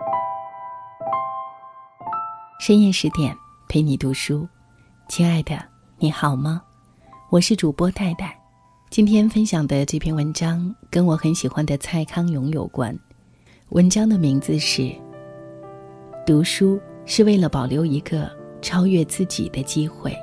深夜10点陪你读书，亲爱的，你好吗？我是主播戴戴。今天分享的这篇文章跟我很喜欢的蔡康永有关。文章的名字是读书是为了保留一个超越自己的机会。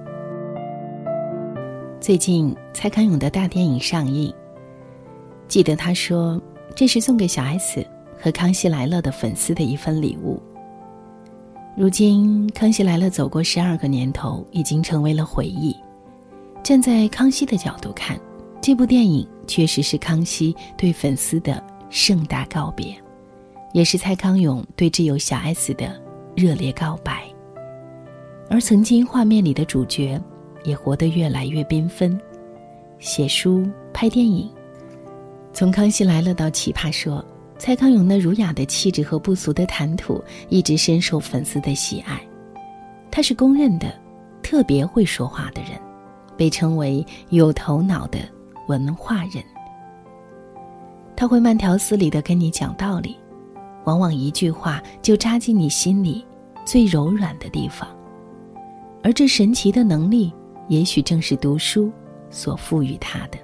最近蔡康永的大电影上映，记得他说这是送给小 S 和康熙来了的粉丝的一份礼物。如今康熙来了走过12个年头，已经成为了回忆。站在康熙的角度看，这部电影确实是康熙对粉丝的盛大告别，也是蔡康永对挚友小 S 的热烈告白。而曾经画面里的主角也活得越来越缤纷，写书拍电影。从康熙来了到奇葩说，蔡康永那儒雅的气质和不俗的谈吐一直深受粉丝的喜爱。他是公认的特别会说话的人，被称为有头脑的文化人。他会慢条斯理地跟你讲道理，往往一句话就扎进你心里最柔软的地方。而这神奇的能力，也许正是读书所赋予他的。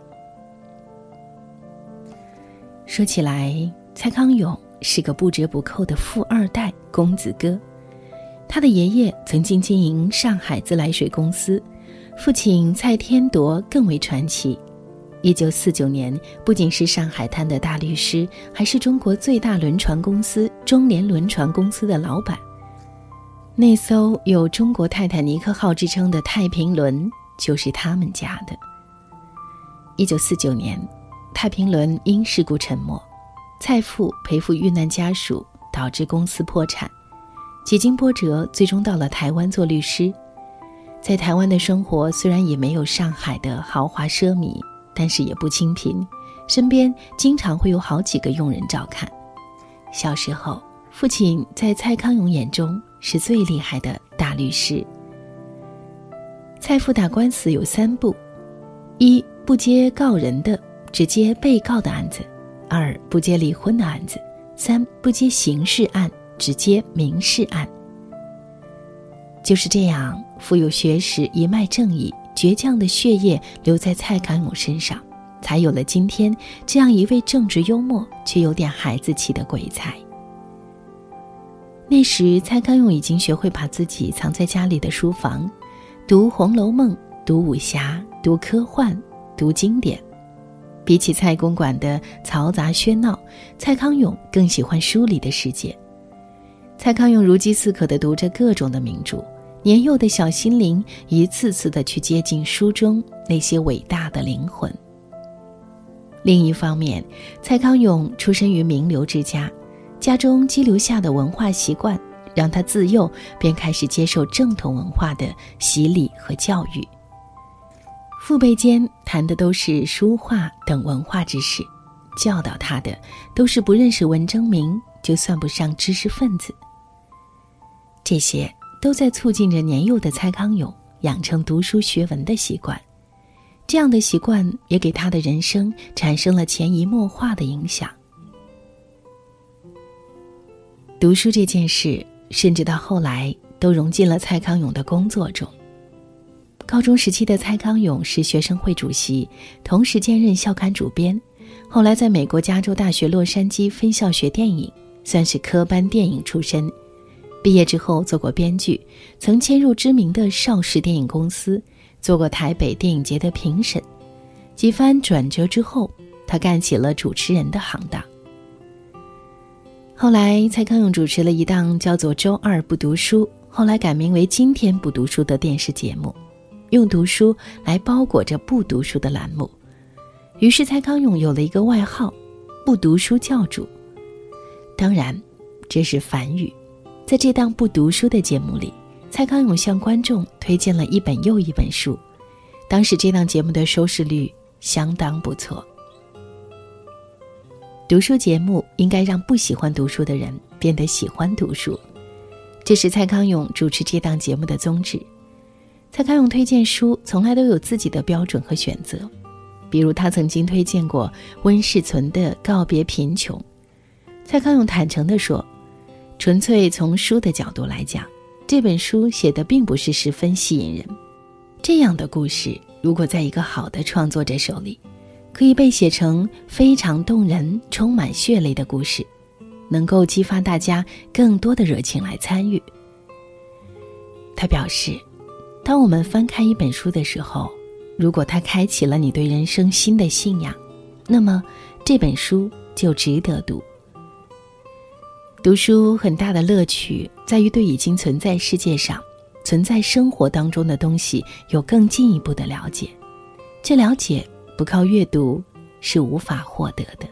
说起来，蔡康永是个不折不扣的富二代公子哥。他的爷爷曾经经营上海自来水公司，父亲蔡天铎更为传奇。1949年，不仅是上海滩的大律师，还是中国最大轮船公司中联轮船公司的老板。那艘有中国泰坦尼克号之称的太平轮就是他们家的。1949年，太平轮因事故沉没，蔡父赔付遇难家属，导致公司破产。几经波折，最终到了台湾做律师。在台湾的生活虽然也没有上海的豪华奢靡，但是也不清贫，身边经常会有好几个佣人照看。小时候，父亲在蔡康永眼中是最厉害的大律师。蔡父打官司有3步：一，不接告人的，只接被告的案子；二，不接离婚的案子；三，不接刑事案，只接民事案。就是这样，富有学识、一脉正义、倔强的血液留在蔡康永身上，才有了今天这样一位正直幽默却有点孩子气的鬼才。那时蔡康永已经学会把自己藏在家里的书房，读《红楼梦》，读武侠，读科幻，读经典。比起蔡公馆的嘈杂喧闹，蔡康永更喜欢书里的世界。蔡康永如饥似渴地读着各种的名著，年幼的小心灵一次次地去接近书中那些伟大的灵魂。另一方面，蔡康永出身于名流之家，家中积留下的文化习惯让他自幼便开始接受正统文化的洗礼和教育。父辈间谈的都是书画等文化知识，教导他的都是不认识文征明就算不上知识分子。这些都在促进着年幼的蔡康永养成读书学文的习惯，这样的习惯也给他的人生产生了潜移默化的影响。读书这件事，甚至到后来都融进了蔡康永的工作中。高中时期的蔡康永是学生会主席，同时兼任校刊主编，后来在美国加州大学洛杉矶分校学电影，算是科班电影出身。毕业之后做过编剧，曾迁入知名的邵氏电影公司，做过台北电影节的评审。几番转折之后，他干起了主持人的行当。后来蔡康永主持了一档叫做《周二不读书》，后来改名为《今天不读书》的电视节目，用读书来包裹着不读书的栏目。于是蔡康永有了一个外号，不读书教主。当然这是反语。在这档不读书的节目里，蔡康永向观众推荐了一本又一本书，当时这档节目的收视率相当不错。读书节目应该让不喜欢读书的人变得喜欢读书，这是蔡康永主持这档节目的宗旨。蔡康永推荐书从来都有自己的标准和选择，比如他曾经推荐过温世存的《告别贫穷》。蔡康永坦诚地说， 纯粹从书的角度来讲，这本书写的并不是十分吸引人。这样的故事，如果在一个好的创作者手里，可以被写成非常动人、充满血泪的故事，能够激发大家更多的热情来参与。他表示，当我们翻开一本书的时候，如果它开启了你对人生新的信仰，那么这本书就值得读。读书很大的乐趣在于对已经存在世界上、存在生活当中的东西有更进一步的了解，这了解不靠阅读是无法获得的。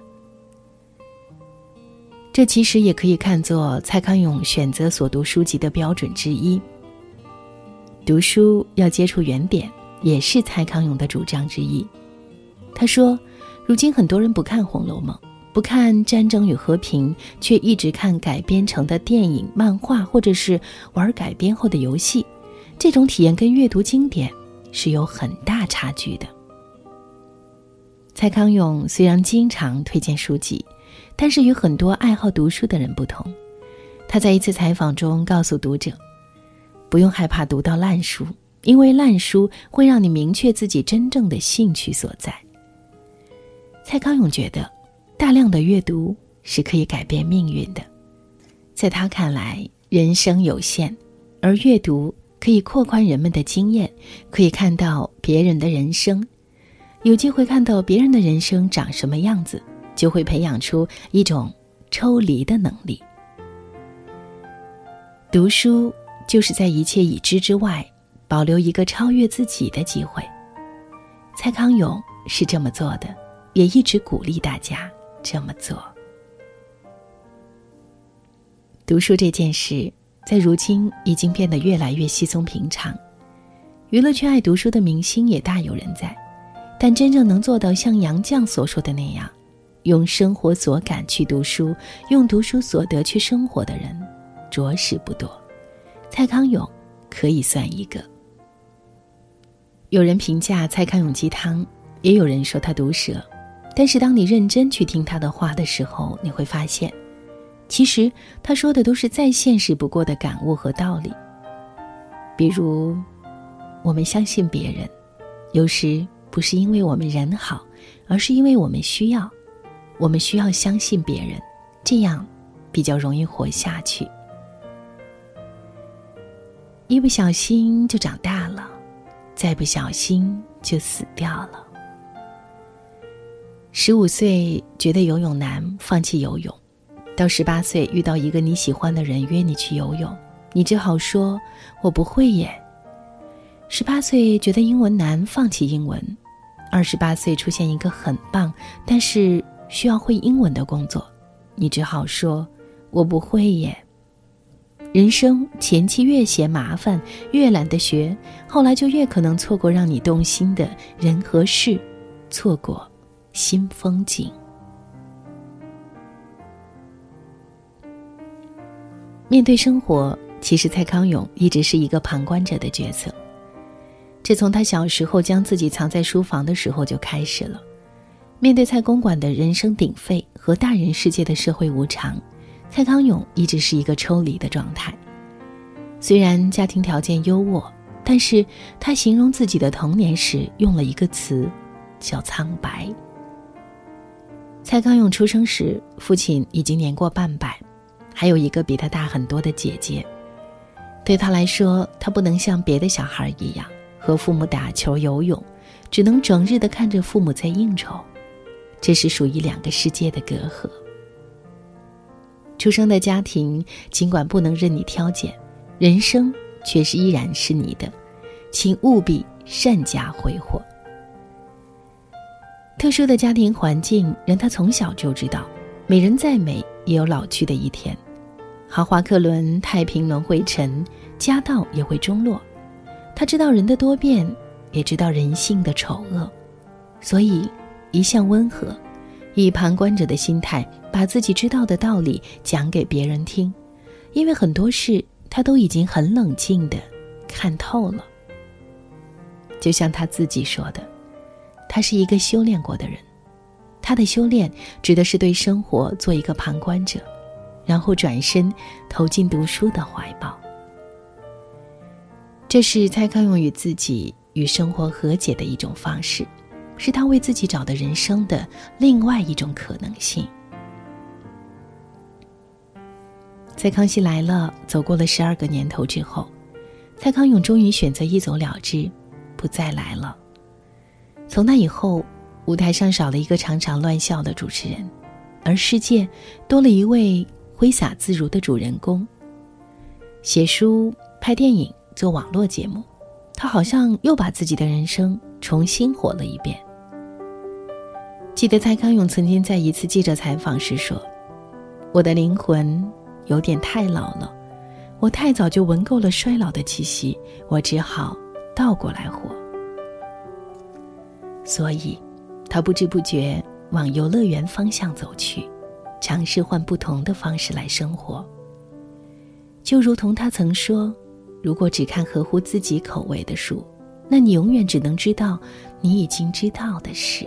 这其实也可以看作蔡康永选择所读书籍的标准之一。读书要接触原点，也是蔡康永的主张之一。他说，如今很多人不看《红楼梦》，不看《战争与和平》，却一直看改编成的电影、漫画，或者是玩改编后的游戏，这种体验跟阅读经典是有很大差距的。蔡康永虽然经常推荐书籍，但是与很多爱好读书的人不同，他在一次采访中告诉读者，不用害怕读到烂书，因为烂书会让你明确自己真正的兴趣所在。蔡康永觉得，大量的阅读是可以改变命运的。在他看来，人生有限，而阅读可以扩宽人们的经验，可以看到别人的人生，有机会看到别人的人生长什么样子，就会培养出一种抽离的能力。读书就是在一切已知之外，保留一个超越自己的机会。蔡康永是这么做的，也一直鼓励大家这么做。读书这件事，在如今已经变得越来越稀松平常。娱乐圈爱读书的明星也大有人在，但真正能做到像杨绛所说的那样，用生活所感去读书，用读书所得去生活的人，着实不多。蔡康永可以算一个。有人评价蔡康永鸡汤，也有人说他毒舌，但是当你认真去听他的话的时候，你会发现，其实他说的都是再现实不过的感悟和道理。比如，我们相信别人，有时不是因为我们人好，而是因为我们需要。我们需要相信别人，这样比较容易活下去。一不小心就长大了，再不小心就死掉了。15岁觉得游泳难，放弃游泳，到18岁遇到一个你喜欢的人约你去游泳，你只好说我不会耶。18岁觉得英文难，放弃英文。28岁出现一个很棒但是需要会英文的工作，你只好说我不会耶。人生前期越嫌麻烦，越懒得学，后来就越可能错过让你动心的人和事，错过新风景。面对生活，其实蔡康永一直是一个旁观者的角色。这从他小时候将自己藏在书房的时候就开始了。面对蔡公馆的人声鼎沸和大人世界的社会无常，蔡康永一直是一个抽离的状态。虽然家庭条件优渥，但是他形容自己的童年时用了一个词，叫苍白。蔡康永出生时，父亲已经年过半百，还有一个比他大很多的姐姐。对他来说，他不能像别的小孩一样和父母打球游泳，只能整日地看着父母在应酬，这是属于两个世界的隔阂。出生的家庭尽管不能任你挑拣，人生却是依然是你的，请务必善加挥霍。特殊的家庭环境让他从小就知道，美人再美也有老去的一天，豪华客轮太平轮会沉，家道也会中落。他知道人的多变，也知道人性的丑恶，所以一向温和，以旁观者的心态把自己知道的道理讲给别人听，因为很多事他都已经很冷静地看透了。就像他自己说的，他是一个修炼过的人，他的修炼指的是对生活做一个旁观者， 然后转身投进读书的怀抱。这是蔡康永与自己与生活和解的一种方式，是他为自己找的人生的另外一种可能性。在康熙来了走过了12个年头之后，蔡康永终于选择一走了之，不再来了。从那以后，舞台上少了一个常常乱笑的主持人，而世界多了一位挥洒自如的主人公。写书、拍电影、做网络节目，他好像又把自己的人生重新活了一遍。记得蔡康永曾经在一次记者采访时说，我的灵魂有点太老了，我太早就闻够了衰老的气息，我只好倒过来活。所以他不知不觉往游乐园方向走去，尝试换不同的方式来生活。就如同他曾说，如果只看合乎自己口味的书，那你永远只能知道你已经知道的事。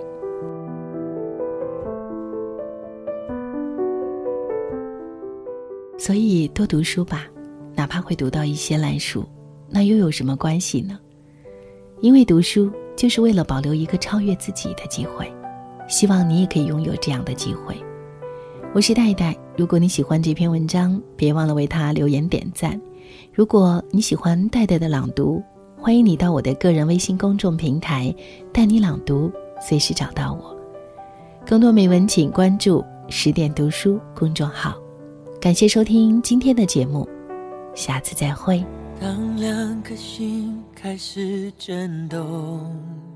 所以多读书吧，哪怕会读到一些烂书，那又有什么关系呢？因为读书就是为了保留一个超越自己的机会，希望你也可以拥有这样的机会。我是戴戴，如果你喜欢这篇文章，别忘了为它留言点赞。如果你喜欢戴戴的朗读，欢迎你到我的个人微信公众平台带你朗读，随时找到我。更多美文请关注10点读书公众号。感谢收听今天的节目，下次再会。 当2颗心开始震动，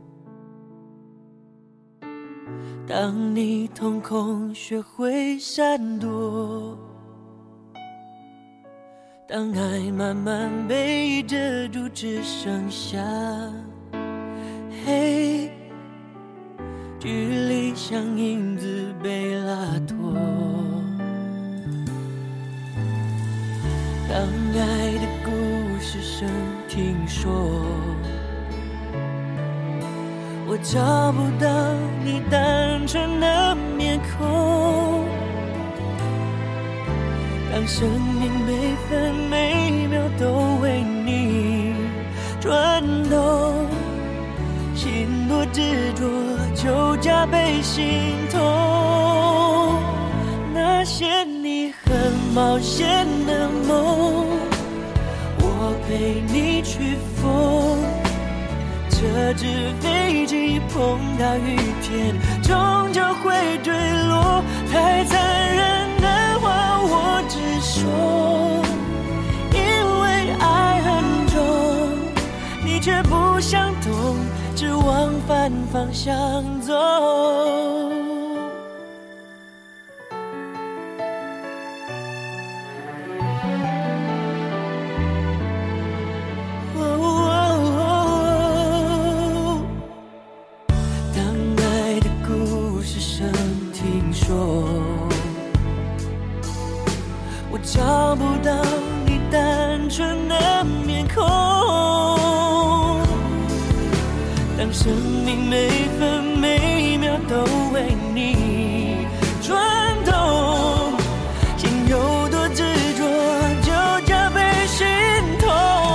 当你瞳孔学会闪躲，当爱慢慢被遮住，只剩下黑，距离像影子被拉脱。当爱的故事声听说，我找不到你单纯的面孔。当生命每分每秒都为你转动，心多执着就加倍心痛。那些你很冒险的梦，我陪你去疯。这只飞机碰到雨天，终究会坠落。太残忍的话我只说，因为爱很重，你却不想懂，只往反方向走。我找不到你单纯的面孔。当生命每分每秒都为你转动，心有多执着就加倍心痛。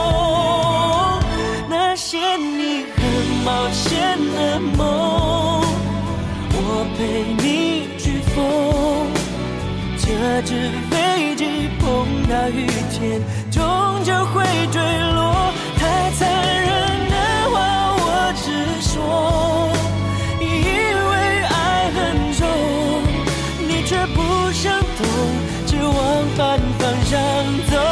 那些你很冒险的梦，我陪你去疯。这只飞机碰到雨天，终究会坠落。太残忍的话我只说，因为爱很重，你却不想懂，只往反方向走。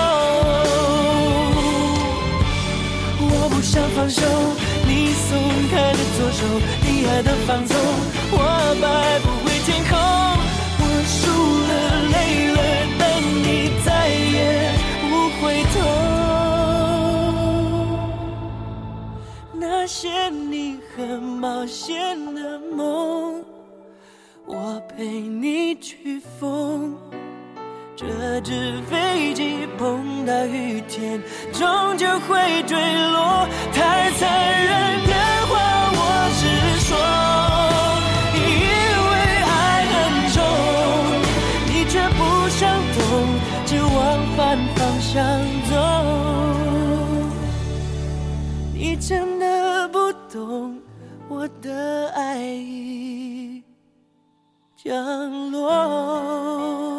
我不想放手，你松开的左手，你爱的放纵，我摆不回天空。我输了累了，但你再也不回头。那些你很冒险的梦，我陪你去疯。这只飞机碰到雨天，终究会坠落。太残忍的话我只说，因为爱很重，你却不相同，只往反方向走。你真的不懂，我的爱已降落。